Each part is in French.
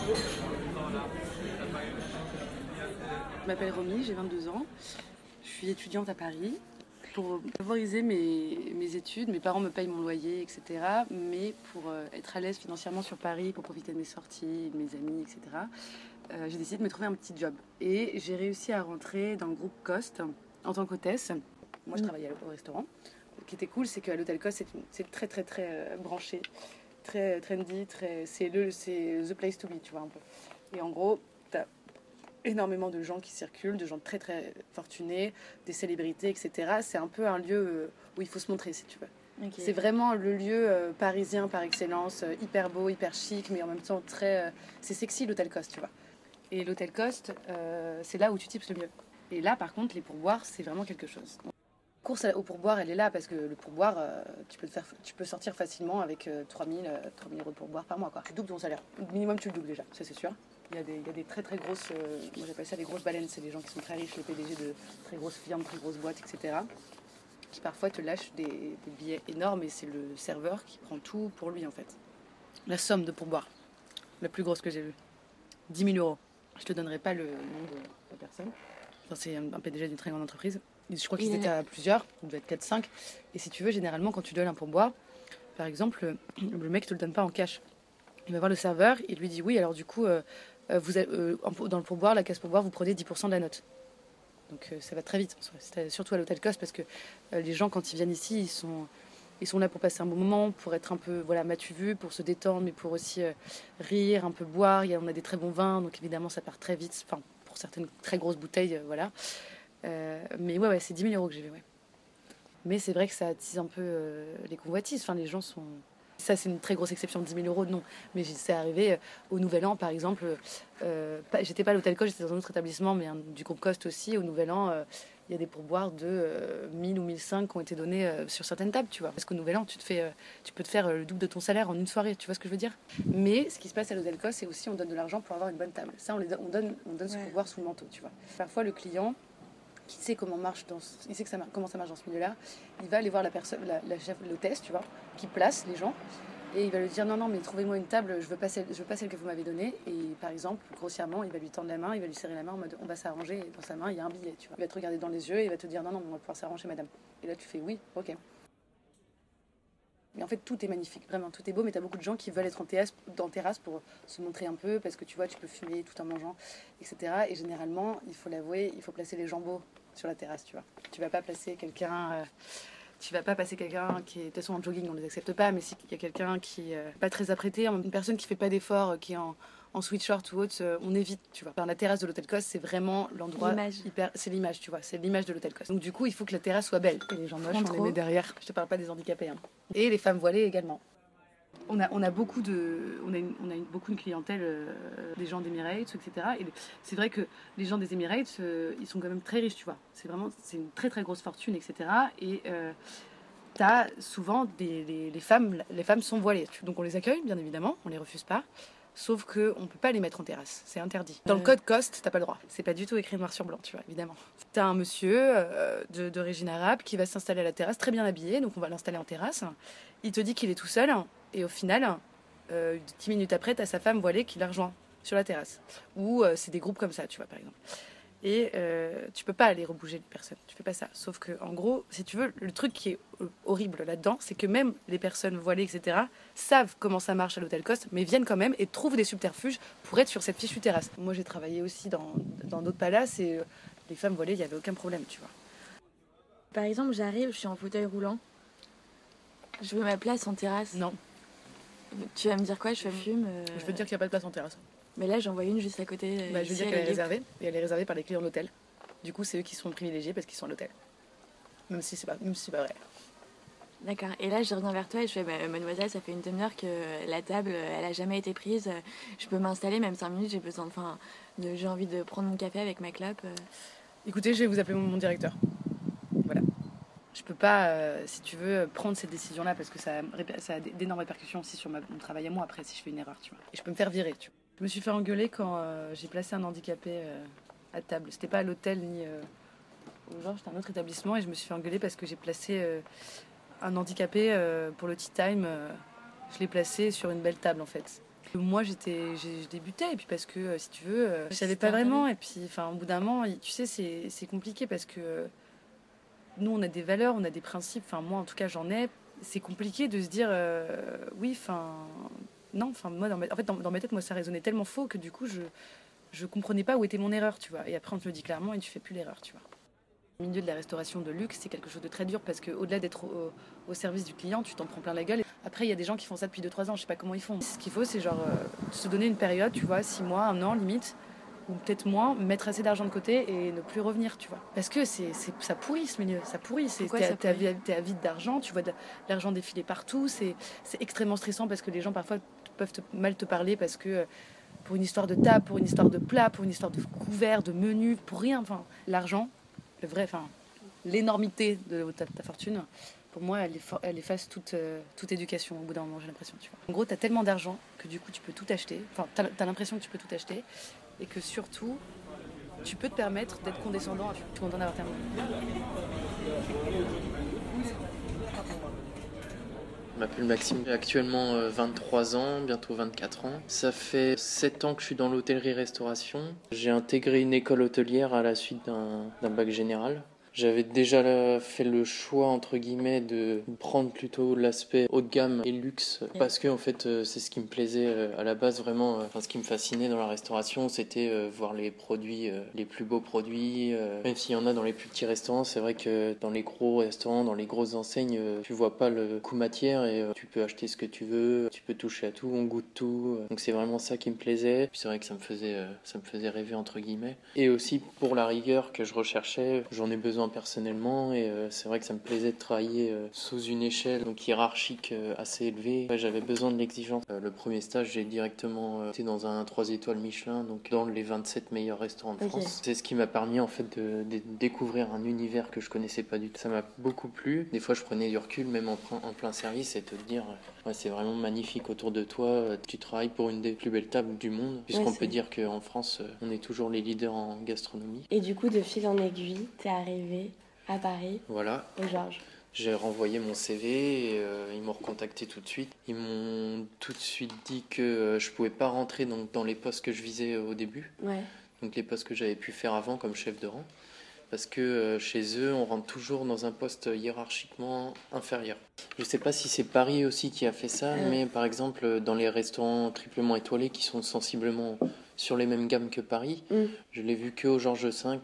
Je m'appelle Romy, j'ai 22 ans. Je suis étudiante à Paris. Pour favoriser mes études, mes parents me payent mon loyer, etc. Mais pour être à l'aise financièrement sur Paris, pour profiter de mes sorties, de mes amis, etc., j'ai décidé de me trouver un petit job. Et j'ai réussi à rentrer dans le groupe Cost en tant qu'hôtesse. Moi, je travaillais au restaurant. Ce qui était cool, c'est qu'à l'hôtel Cost, c'est très, très, très branché, très trendy, c'est the place to be, tu vois, un peu. Et en gros, t'as énormément de gens qui circulent, de gens très très fortunés, des célébrités, etc. C'est un peu un lieu où il faut se montrer, si tu veux. Okay. C'est vraiment le lieu parisien par excellence, hyper beau, hyper chic, mais en même temps très... c'est sexy l'hôtel Cost, tu vois. Et l'hôtel Cost, c'est là où tu tipes le mieux. Et là, par contre, les pourboires, c'est vraiment quelque chose. La course au pourboire, elle est là, parce que le pourboire, tu peux sortir facilement avec 3 000 euros de pourboire par mois, quoi. Tu doubles ton salaire. Au minimum, tu le doubles déjà, ça c'est sûr. Il y a des très très grosses, moi j'appelle ça des grosses baleines, c'est des gens qui sont très riches, les PDG de très grosses firmes, très grosses boîtes, etc. Qui parfois te lâchent des billets énormes et c'est le serveur qui prend tout pour lui en fait. La somme de pourboire, la plus grosse que j'ai vue, 10 000 euros. Je te donnerai pas le nom de la personne. Enfin, c'est un PDG d'une très grande entreprise. Je crois qu'ils étaient à plusieurs, il devait être 4-5. Et si tu veux, généralement quand tu donnes un pourboire, par exemple, le mec te le donne pas en cash. Il va voir le serveur, il lui dit oui, alors du coup... dans le pourboire, la caisse pourboire, vous prenez 10% de la note. Donc ça va très vite, surtout à l'hôtel Cost, parce que les gens, quand ils viennent ici, ils sont là pour passer un bon moment, pour être un peu m'as-tu vu, pour se détendre, mais pour aussi rire, un peu boire. On a des très bons vins, donc évidemment ça part très vite, enfin, pour certaines très grosses bouteilles, voilà. Mais ouais, c'est 10 000 euros que j'ai vu, ouais. Mais c'est vrai que ça attise un peu les convoitises, enfin, les gens sont... Ça, c'est une très grosse exception, 10 000 euros, non. Mais c'est arrivé au Nouvel An, par exemple. J'étais pas à l'hôtel Cost, j'étais dans un autre établissement, mais du groupe Cost aussi. Au Nouvel An, il y a des pourboires de 1000 ou 1005 qui ont été donnés sur certaines tables, tu vois. Parce qu'au Nouvel An, tu peux te faire le double de ton salaire en une soirée, tu vois ce que je veux dire. Mais ce qui se passe à l'hôtel Cost, c'est aussi on donne de l'argent pour avoir une bonne table. Ça, on donne ce pourboire sous le manteau, tu vois. Parfois, le client... qui sait comment comment ça marche dans ce milieu-là, il va aller voir la personne, la chef, l'hôtesse, tu vois, qui place les gens, et il va lui dire non, mais trouvez-moi une table, je veux pas celle que vous m'avez donnée, et par exemple, grossièrement, il va lui tendre la main, il va lui serrer la main en mode on va s'arranger, et dans sa main, il y a un billet, tu vois. Il va te regarder dans les yeux, et il va te dire non, on va pouvoir s'arranger, madame. Et là, tu fais oui, ok. Mais en fait, tout est magnifique, vraiment, tout est beau, mais t'as beaucoup de gens qui veulent être en terrasse pour se montrer un peu, parce que tu vois, tu peux fumer tout en mangeant, etc. Et généralement, il faut l'avouer, il faut placer les jambos sur la terrasse, tu vois. Tu vas pas placer quelqu'un... tu vas pas passer quelqu'un qui est... De toute façon, en jogging, on ne les accepte pas, mais s'il y a quelqu'un qui est pas très apprêté, une personne qui fait pas d'effort, qui est en sweatshirt ou autre, on évite, tu vois. Enfin, la terrasse de l'hôtel Cost, c'est vraiment l'endroit hyper... C'est l'image, tu vois. C'est l'image de l'hôtel Cost. Donc du coup, il faut que la terrasse soit belle. Et les gens moches, on les met derrière. Je te parle pas des handicapés. Hein. Et les femmes voilées également. On a beaucoup une clientèle des gens d'Emirates, etc. Et c'est vrai que les gens des Emirates, ils sont quand même très riches, tu vois. C'est une très très grosse fortune, etc. Et t'as souvent les femmes sont voilées. Donc on les accueille, bien évidemment, on les refuse pas. Sauf qu'on peut pas les mettre en terrasse, c'est interdit. Dans le code Cost, t'as pas le droit. C'est pas du tout écrit noir sur blanc, tu vois, évidemment. T'as un monsieur d'origine arabe qui va s'installer à la terrasse, très bien habillé, donc on va l'installer en terrasse. Il te dit qu'il est tout seul, et au final, 10 minutes après, t'as sa femme voilée qui la rejoint sur la terrasse. Ou c'est des groupes comme ça, tu vois, par exemple. Et tu peux pas aller rebouger les personnes, tu fais pas ça. Sauf que, en gros, si tu veux, le truc qui est horrible là-dedans, c'est que même les personnes voilées, etc., savent comment ça marche à l'hôtel Cost, mais viennent quand même et trouvent des subterfuges pour être sur cette fichue terrasse. Moi, j'ai travaillé aussi dans d'autres palaces et les femmes voilées, il n'y avait aucun problème, tu vois. Par exemple, j'arrive, je suis en fauteuil roulant. Je veux ma place en terrasse. Non. Tu vas me dire quoi? Je fume Je veux te dire qu'il n'y a pas de place en terrasse. Mais là, j'en vois une juste à côté. Je veux dire qu'elle est réservée. Et elle est réservée par les clients de l'hôtel. Du coup, c'est eux qui sont privilégiés parce qu'ils sont à l'hôtel. Même si c'est pas vrai. D'accord. Et là, je reviens vers toi et je fais mademoiselle, ça fait une demi-heure que la table, elle a jamais été prise. Je peux m'installer, même 5 minutes. J'ai envie de prendre mon café avec ma clope. Écoutez, je vais vous appeler mon directeur. Voilà. Je peux pas, si tu veux, prendre cette décision-là parce que ça a d'énormes répercussions aussi sur mon travail à moi après si je fais une erreur, tu vois. Et je peux me faire virer, tu vois. Je me suis fait engueuler quand j'ai placé un handicapé à table. C'était pas à l'hôtel ni au genre, c'était un autre établissement et je me suis fait engueuler parce que j'ai placé un handicapé pour le tea time. Je l'ai placé sur une belle table en fait. Moi, je débutais, et puis parce que, si tu veux, je savais pas vraiment. Et puis, au bout d'un moment, tu sais, c'est compliqué parce que nous, on a des valeurs, on a des principes. Enfin, moi, en tout cas, j'en ai. C'est compliqué de se dire, oui, non. Moi, dans ma tête, moi, ça résonnait tellement faux que du coup, je comprenais pas où était mon erreur, tu vois. Et après, on te le dit clairement et tu fais plus l'erreur, tu vois. Le milieu de la restauration de luxe, c'est quelque chose de très dur parce qu'au-delà d'être au service du client, tu t'en prends plein la gueule. Après, il y a des gens qui font ça depuis 2-3 ans, je sais pas comment ils font. Ce qu'il faut, c'est se donner une période, tu vois, 6 mois, 1 an limite, ou peut-être moins, mettre assez d'argent de côté et ne plus revenir, tu vois. Parce que ça pourrit ce milieu, ça pourrit. T'es avide d'argent, tu vois de l'argent défiler partout, c'est extrêmement stressant parce que les gens parfois peuvent mal te parler parce que pour une histoire de table, pour une histoire de plat, pour une histoire de couvert, de menu, pour rien. L'argent, l'énormité de ta fortune, pour moi, elle efface toute éducation au bout d'un moment, j'ai l'impression. Tu vois. En gros, tu as tellement d'argent que du coup, tu peux tout acheter. Enfin, tu as l'impression que tu peux tout acheter et que surtout, tu peux te permettre d'être condescendant. Je suis contente d'avoir terminé. Je m'appelle Maxime, j'ai actuellement 23 ans, bientôt 24 ans. Ça fait 7 ans que je suis dans l'hôtellerie-restauration. J'ai intégré une école hôtelière à la suite d'un bac général. J'avais déjà fait le choix, entre guillemets, de prendre plutôt l'aspect haut de gamme et luxe, parce que en fait, c'est ce qui me plaisait à la base, vraiment. Ce qui me fascinait dans la restauration, c'était voir les produits, les plus beaux produits. Même s'il y en a dans les plus petits restaurants, c'est vrai que dans les gros restaurants, dans les grosses enseignes, tu vois pas le coût matière et tu peux acheter ce que tu veux, tu peux toucher à tout, on goûte tout. Donc c'est vraiment ça qui me plaisait. Puis c'est vrai que ça me faisait rêver, entre guillemets. Et aussi pour la rigueur que je recherchais, j'en ai besoin personnellement et c'est vrai que ça me plaisait de travailler sous une échelle donc hiérarchique assez élevée. Ouais, j'avais besoin de l'exigence. Le premier stage, j'ai directement été dans un 3 étoiles Michelin, donc dans les 27 meilleurs restaurants de France. C'est ce qui m'a permis en fait de découvrir un univers que je connaissais pas du tout. Ça m'a beaucoup plu. Des fois, je prenais du recul, même en plein service, et te dire ouais, c'est vraiment magnifique autour de toi. Tu travailles pour une des plus belles tables du monde, puisqu'on peut dire qu'en France, on est toujours les leaders en gastronomie. Et du coup, de fil en aiguille, t'es arrivé à Paris, voilà, au Georges. J'ai renvoyé mon CV et ils m'ont recontacté tout de suite. Ils m'ont tout de suite dit que je pouvais pas rentrer donc, dans les postes que je visais au début. Ouais. Donc les postes que j'avais pu faire avant comme chef de rang. Parce que chez eux, on rentre toujours dans un poste hiérarchiquement inférieur. Je ne sais pas si c'est Paris aussi qui a fait ça, mais par exemple, dans les restaurants triplement étoilés qui sont sensiblement sur les mêmes gammes que Paris, je l'ai vu qu'au Georges V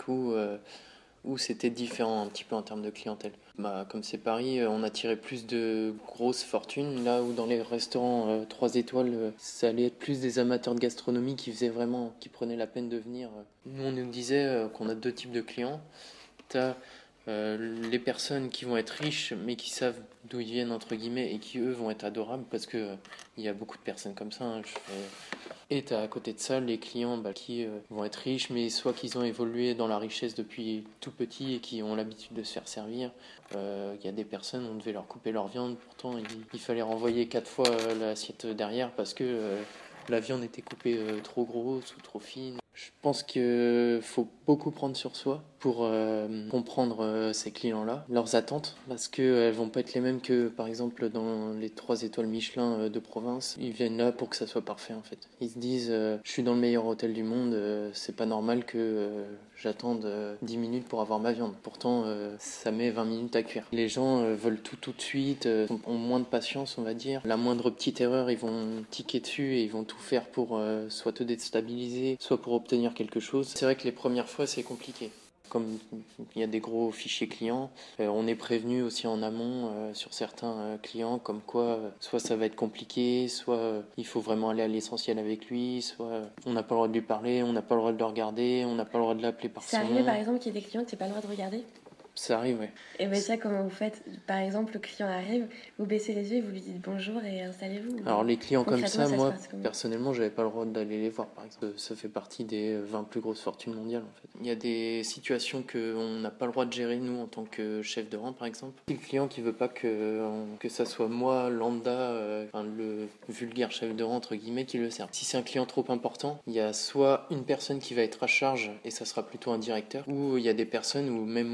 où c'était différent un petit peu en termes de clientèle. Comme c'est Paris, on attirait plus de grosses fortunes, là où dans les restaurants 3 étoiles, ça allait être plus des amateurs de gastronomie qui prenaient la peine de venir. Nous, on nous disait qu'on a 2 types de clients. T'as les personnes qui vont être riches mais qui savent d'où ils viennent entre guillemets et qui eux vont être adorables parce que il y a beaucoup de personnes comme ça. Et t'as à côté de ça les clients qui vont être riches mais soit qu'ils ont évolué dans la richesse depuis tout petit et qui ont l'habitude de se faire servir. Il y a des personnes, on devait leur couper leur viande, pourtant il fallait renvoyer 4 fois l'assiette derrière parce que la viande était coupée trop grosse ou trop fine. Je pense qu'il faut beaucoup prendre sur soi pour comprendre ces clients-là, leurs attentes, parce qu'elles vont pas être les mêmes que, par exemple, dans les 3 étoiles Michelin de province. Ils viennent là pour que ça soit parfait, en fait. Ils se disent, je suis dans le meilleur hôtel du monde, c'est pas normal que j'attende 10 minutes pour avoir ma viande. Pourtant, ça met 20 minutes à cuire. Les gens veulent tout de suite, ont moins de patience, on va dire. La moindre petite erreur, ils vont tiquer dessus et ils vont tout faire pour soit te déstabiliser, soit pour obtenir quelque chose. C'est vrai que les premières fois, c'est compliqué. Comme il y a des gros fichiers clients, on est prévenu aussi en amont sur certains clients, comme quoi soit ça va être compliqué, soit il faut vraiment aller à l'essentiel avec lui, soit on n'a pas le droit de lui parler, on n'a pas le droit de le regarder, on n'a pas le droit de l'appeler par son nom. C'est arrivé par exemple qu'il y ait des clients que tu n'as pas le droit de regarder ? Ça arrive, oui. Et bien ça, comment vous faites ? Par exemple, le client arrive, vous baissez les yeux et vous lui dites bonjour et installez-vous. Alors les clients comme ça, moi, personnellement, j'avais pas le droit d'aller les voir, par exemple. Ça fait partie des 20 plus grosses fortunes mondiales, en fait. Il y a des situations qu'on n'a pas le droit de gérer, nous, en tant que chef de rang, par exemple. Si le client qui veut pas que ça soit moi, lambda, le vulgaire chef de rang, entre guillemets, qui le sert. Si c'est un client trop important, il y a soit une personne qui va être à charge, et ça sera plutôt un directeur, ou il y a des personnes où même moi,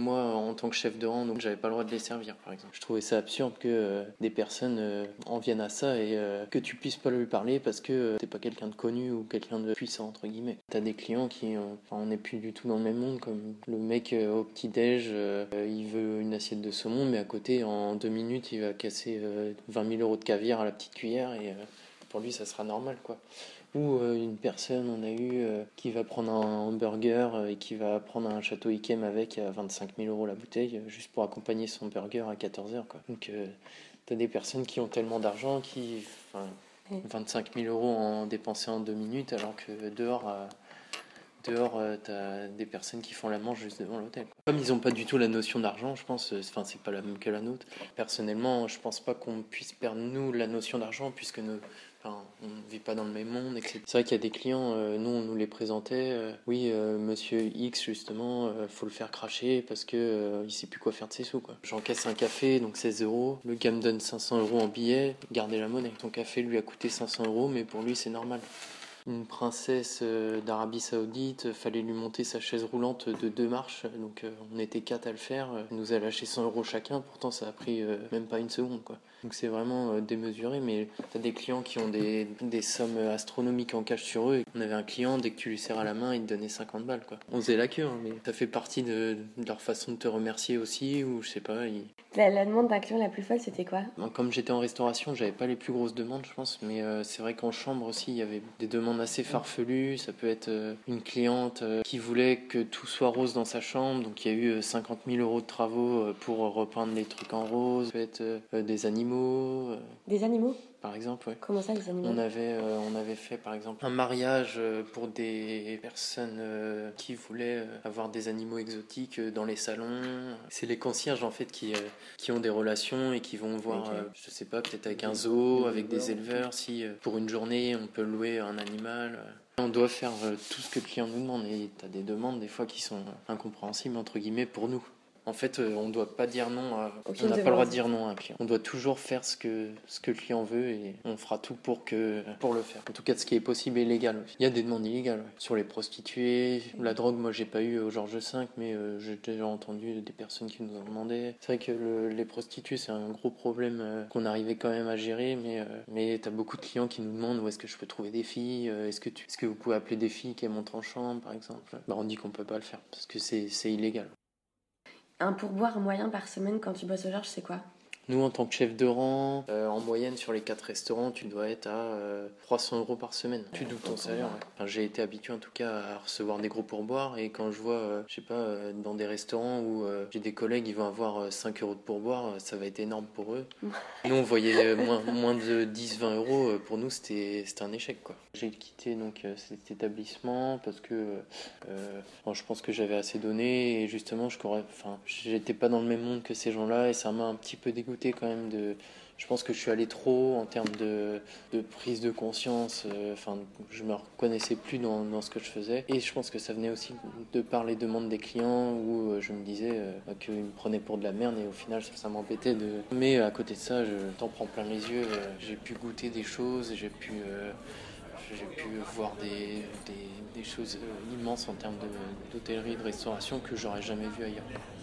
en tant que chef de rang, donc j'avais pas le droit de les servir, par exemple. Je trouvais ça absurde que des personnes en viennent à ça et que tu puisses pas lui parler parce que t'es pas quelqu'un de connu ou quelqu'un de puissant, entre guillemets. T'as des clients qui, on n'est plus du tout dans le même monde, comme le mec au petit-déj, il veut une assiette de saumon, mais à côté, en 2 minutes, il va casser 20 000 euros de caviar à la petite cuillère et pour lui, ça sera normal, quoi. Ou une personne, on a eu, qui va prendre un hamburger et qui va prendre un château Yquem avec à 25 000 euros la bouteille, juste pour accompagner son burger à 14h, quoi. Donc, t'as des personnes qui ont tellement d'argent qui... 25 000 euros en dépensés en 2 minutes, alors que dehors, t'as des personnes qui font la manche juste devant l'hôtel. Comme ils n'ont pas du tout la notion d'argent, je pense, c'est pas la même que la nôtre. Personnellement, je pense pas qu'on puisse perdre, nous, la notion d'argent, puisque on ne vit pas dans le même monde, etc. C'est vrai qu'il y a des clients, nous, on nous les présentait. Oui, monsieur X, justement, faut le faire cracher parce que il sait plus quoi faire de ses sous, quoi. J'encaisse un café, donc 16 euros. Le gars me donne 500 euros en billets, gardez la monnaie. Ton café lui a coûté 500 euros, mais pour lui, c'est normal. Une princesse d'Arabie Saoudite, fallait lui monter sa chaise roulante de 2 marches, donc on était 4 à le faire, elle nous a lâché 100 euros chacun, pourtant ça a pris même pas une seconde, quoi. Donc c'est vraiment démesuré, mais t'as des clients qui ont des sommes astronomiques en cash sur eux. On avait un client, dès que tu lui serres à la main, il te donnait 50 balles, quoi. On faisait la queue, hein, mais ça fait partie de leur façon de te remercier aussi, ou je sais pas. La demande d'un client la plus folle, c'était quoi? Comme j'étais en restauration, j'avais pas les plus grosses demandes, je pense, mais c'est vrai qu'en chambre aussi, il y avait des demandes assez farfelues. Ça peut être une cliente qui voulait que tout soit rose dans sa chambre, donc il y a eu 50 000 euros de travaux pour repeindre les trucs en rose. Ça peut être des animaux. Des animaux? Par exemple, ouais. Comment ça, les animaux? On avait fait, par exemple, un mariage pour des personnes qui voulaient avoir des animaux exotiques dans les salons. C'est les concierges, en fait, qui ont des relations et qui vont voir, je sais pas, peut-être avec un zoo, avec des éleveurs, si pour une journée, on peut louer un animal. On doit faire tout ce que le client nous demande. Et tu as des demandes, des fois, qui sont incompréhensibles, entre guillemets, pour nous. En fait, on ne doit pas dire non. On n'a pas le droit de dire non à un client. On doit toujours faire ce que le client veut et on fera tout pour le faire. En tout cas, ce qui est possible et légal. Il y a des demandes illégales sur les prostituées. La drogue, moi, j'ai pas eu au Georges V, mais j'ai déjà entendu des personnes qui nous en demandaient. C'est vrai que les prostituées, c'est un gros problème qu'on arrivait quand même à gérer, mais t'as beaucoup de clients qui nous demandent où est-ce que je peux trouver des filles. Est-ce que vous pouvez appeler des filles qui montent en chambre, par exemple. On dit qu'on peut pas le faire parce que c'est illégal. Un pourboire moyen par semaine quand tu bosses au Georges, c'est quoi? Nous, en tant que chef de rang, en moyenne, sur les 4 restaurants, tu dois être à 300 euros par semaine. Tu doubles ton salaire, ouais. Enfin, j'ai été habitué, en tout cas, à recevoir des gros pourboires. Et quand je vois, je sais pas, dans des restaurants où j'ai des collègues, ils vont avoir 5 euros de pourboire, ça va être énorme pour eux. Nous, on voyait moins de 10-20 euros. Pour nous, c'était un échec, quoi. J'ai quitté donc, cet établissement parce que je pense que j'avais assez donné. Et justement, j'étais pas dans le même monde que ces gens-là. Et ça m'a un petit peu dégoûté quand même je pense que je suis allé trop en termes de prise de conscience. Je me reconnaissais plus dans ce que je faisais et je pense que ça venait aussi de par les demandes des clients où je me disais qu'ils me prenaient pour de la merde et au final ça m'embêtait mais à côté de ça je t'en prends plein les yeux. J'ai pu goûter des choses, j'ai pu voir des choses immenses en termes d'hôtellerie, de restauration que j'aurais jamais vu ailleurs.